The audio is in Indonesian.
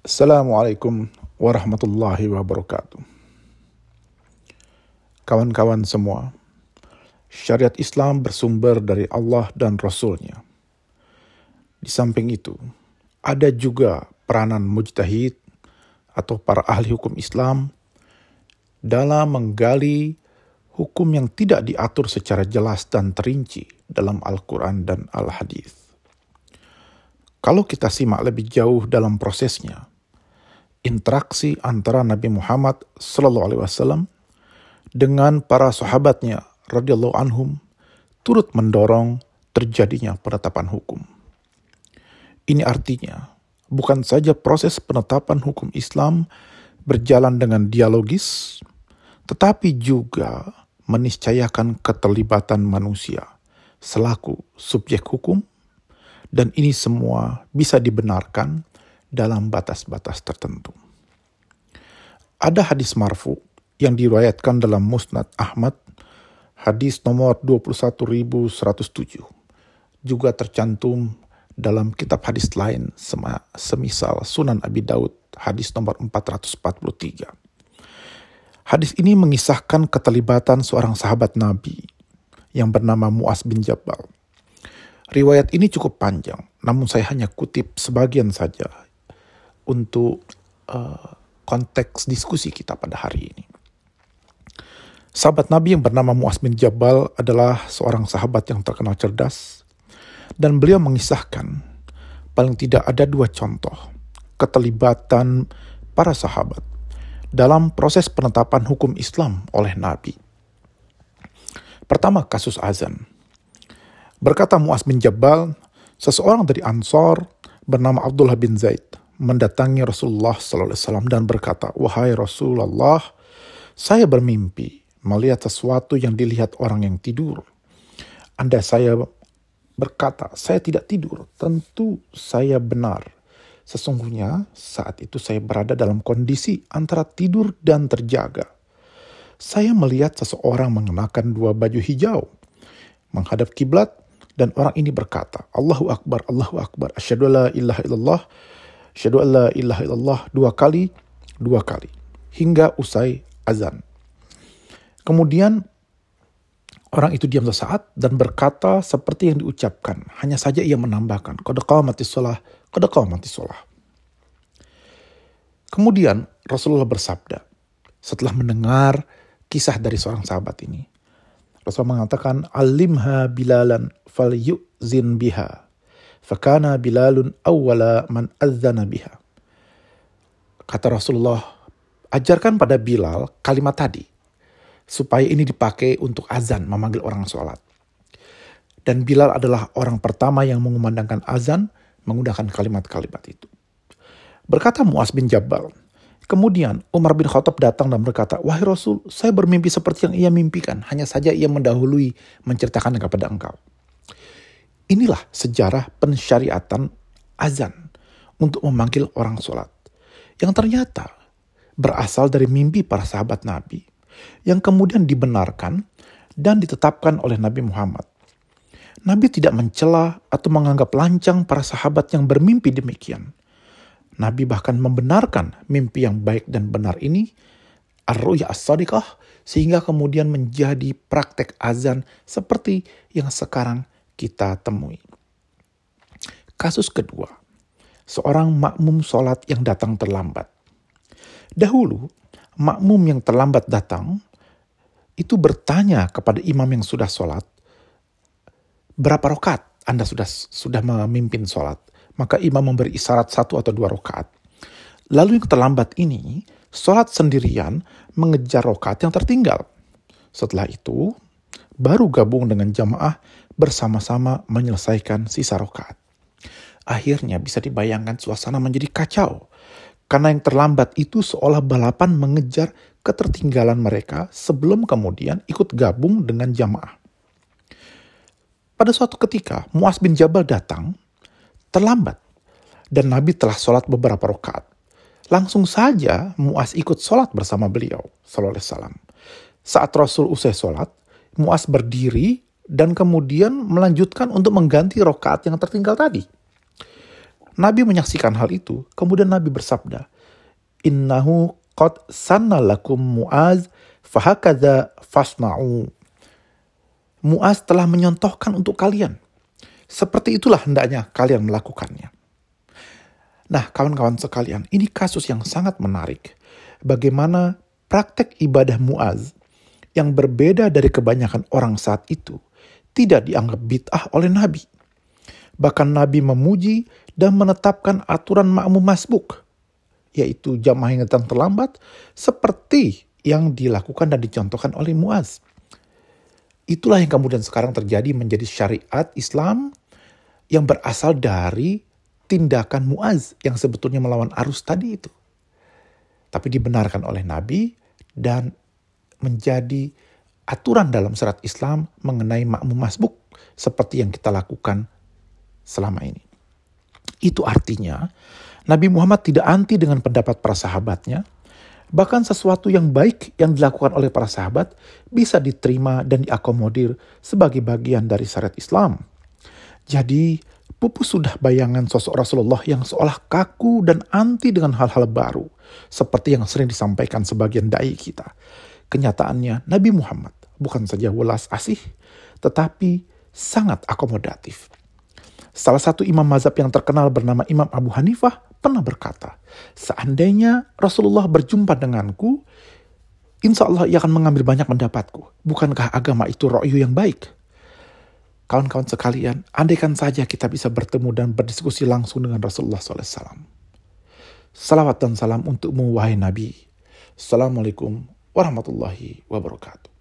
Assalamualaikum warahmatullahi wabarakatuh. Kawan-kawan semua, syariat Islam bersumber dari Allah dan Rasul-Nya. Di samping itu, ada juga peranan mujtahid atau para ahli hukum Islam dalam menggali hukum yang tidak diatur secara jelas dan terinci dalam Al-Quran dan Al-Hadis. Kalau kita simak lebih jauh dalam prosesnya, interaksi antara Nabi Muhammad SAW dengan para sahabatnya radhiyallahu anhum turut mendorong terjadinya penetapan hukum. Ini artinya bukan saja proses penetapan hukum Islam berjalan dengan dialogis, tetapi juga meniscayakan keterlibatan manusia selaku subjek hukum, dan ini semua bisa dibenarkan dalam batas-batas tertentu. Ada hadis marfu yang diriwayatkan dalam Musnad Ahmad, hadis nomor 21.107, juga tercantum dalam kitab hadis lain semisal Sunan Abi Daud, hadis nomor 443. Hadis ini mengisahkan keterlibatan seorang sahabat Nabi yang bernama Mu'az bin Jabal. Riwayat ini cukup panjang, namun saya hanya kutip sebagian saja untuk konteks diskusi kita pada hari ini. Sahabat Nabi yang bernama Mu'az bin Jabal adalah seorang sahabat yang terkenal cerdas, dan beliau mengisahkan paling tidak ada 2 contoh keterlibatan para sahabat dalam proses penetapan hukum Islam oleh Nabi. Pertama, kasus azan. Berkata Mu'az bin Jabal, seseorang dari Ansor bernama Abdullah bin Zaid mendatangi Rasulullah SAW dan berkata, "Wahai Rasulullah, saya bermimpi melihat sesuatu yang dilihat orang yang tidur. Andai saya berkata, saya tidak tidur, tentu saya benar. Sesungguhnya saat itu saya berada dalam kondisi antara tidur dan terjaga. Saya melihat seseorang mengenakan 2 baju hijau, menghadap kiblat, dan orang ini berkata, Allahu Akbar, asyhadu an la ilaha illallah, asyhadu an la ilaha illallah 2 kali, hingga usai azan. Kemudian orang itu diam sesaat dan berkata seperti yang diucapkan, hanya saja ia menambahkan, qad qamatis shalah. Kemudian Rasulullah bersabda, setelah mendengar kisah dari seorang sahabat ini, Rasulullah mengatakan, alimha bilalan fal yu'zin biha, fakana bilalun awwala man adzana biha. Kata Rasulullah, ajarkan pada Bilal kalimat tadi, supaya ini dipakai untuk azan, memanggil orang sholat. Dan Bilal adalah orang pertama yang mengumandangkan azan, menggunakan kalimat-kalimat itu. Berkata Mu'az bin Jabal, kemudian Umar bin Khattab datang dan berkata, wahai Rasul, saya bermimpi seperti yang ia mimpikan, hanya saja ia mendahului menceritakan kepada engkau. Inilah sejarah pensyariatan azan untuk memanggil orang sholat, yang ternyata berasal dari mimpi para sahabat Nabi, yang kemudian dibenarkan dan ditetapkan oleh Nabi Muhammad. Nabi tidak mencela atau menganggap lancang para sahabat yang bermimpi demikian. Nabi bahkan membenarkan mimpi yang baik dan benar ini, ar-ru'ya as-shadiqah, sehingga kemudian menjadi praktek azan seperti yang sekarang kita temui. Kasus kedua, seorang makmum sholat yang datang terlambat. Dahulu, makmum yang terlambat datang itu bertanya kepada imam yang sudah sholat, berapa rakaat Anda sudah memimpin sholat? Maka imam memberi isyarat 1 atau 2 rakaat. Lalu yang terlambat ini sholat sendirian mengejar rakaat yang tertinggal. Setelah itu baru gabung dengan jamaah bersama-sama menyelesaikan sisa rakaat. Akhirnya bisa dibayangkan suasana menjadi kacau. Karena yang terlambat itu seolah balapan mengejar ketertinggalan mereka sebelum kemudian ikut gabung dengan jamaah. Pada suatu ketika Mu'az bin Jabal datang terlambat dan Nabi telah sholat beberapa rakaat. Langsung saja Mu'az ikut sholat bersama beliau sallallahu alaihi wasallam. Saat Rasul usai sholat, Mu'az berdiri dan kemudian melanjutkan untuk mengganti rakaat yang tertinggal tadi. Nabi menyaksikan hal itu, kemudian Nabi bersabda, "Innahu qad sanna lakum Mu'az fahakadha fasna'u." Mu'az telah menyontohkan untuk kalian. Seperti itulah hendaknya kalian melakukannya. Nah, kawan-kawan sekalian, ini kasus yang sangat menarik. Bagaimana praktek ibadah Mu'az yang berbeda dari kebanyakan orang saat itu tidak dianggap bid'ah oleh Nabi. Bahkan Nabi memuji dan menetapkan aturan makmum masbuk, yaitu jamaah yang datang terlambat, seperti yang dilakukan dan dicontohkan oleh Mu'az. Itulah yang kemudian sekarang terjadi menjadi syariat Islam yang berasal dari tindakan Mu'az yang sebetulnya melawan arus tadi itu. Tapi dibenarkan oleh Nabi dan menjadi aturan dalam syariat Islam mengenai makmum masbuk seperti yang kita lakukan selama ini. Itu artinya Nabi Muhammad tidak anti dengan pendapat para sahabatnya. Bahkan sesuatu yang baik yang dilakukan oleh para sahabat bisa diterima dan diakomodir sebagai bagian dari syariat Islam. Jadi pupus sudah bayangan sosok Rasulullah yang seolah kaku dan anti dengan hal-hal baru. Seperti yang sering disampaikan sebagian dai kita. Kenyataannya Nabi Muhammad bukan saja welas asih, tetapi sangat akomodatif. Salah satu imam mazhab yang terkenal bernama Imam Abu Hanifah pernah berkata, seandainya Rasulullah berjumpa denganku, insya Allah ia akan mengambil banyak pendapatku. Bukankah agama itu ro'yu yang baik? Kawan-kawan sekalian, andaikan saja kita bisa bertemu dan berdiskusi langsung dengan Rasulullah SAW. Salawat dan salam untukmu wahai Nabi. Assalamualaikum warahmatullahi wabarakatuh.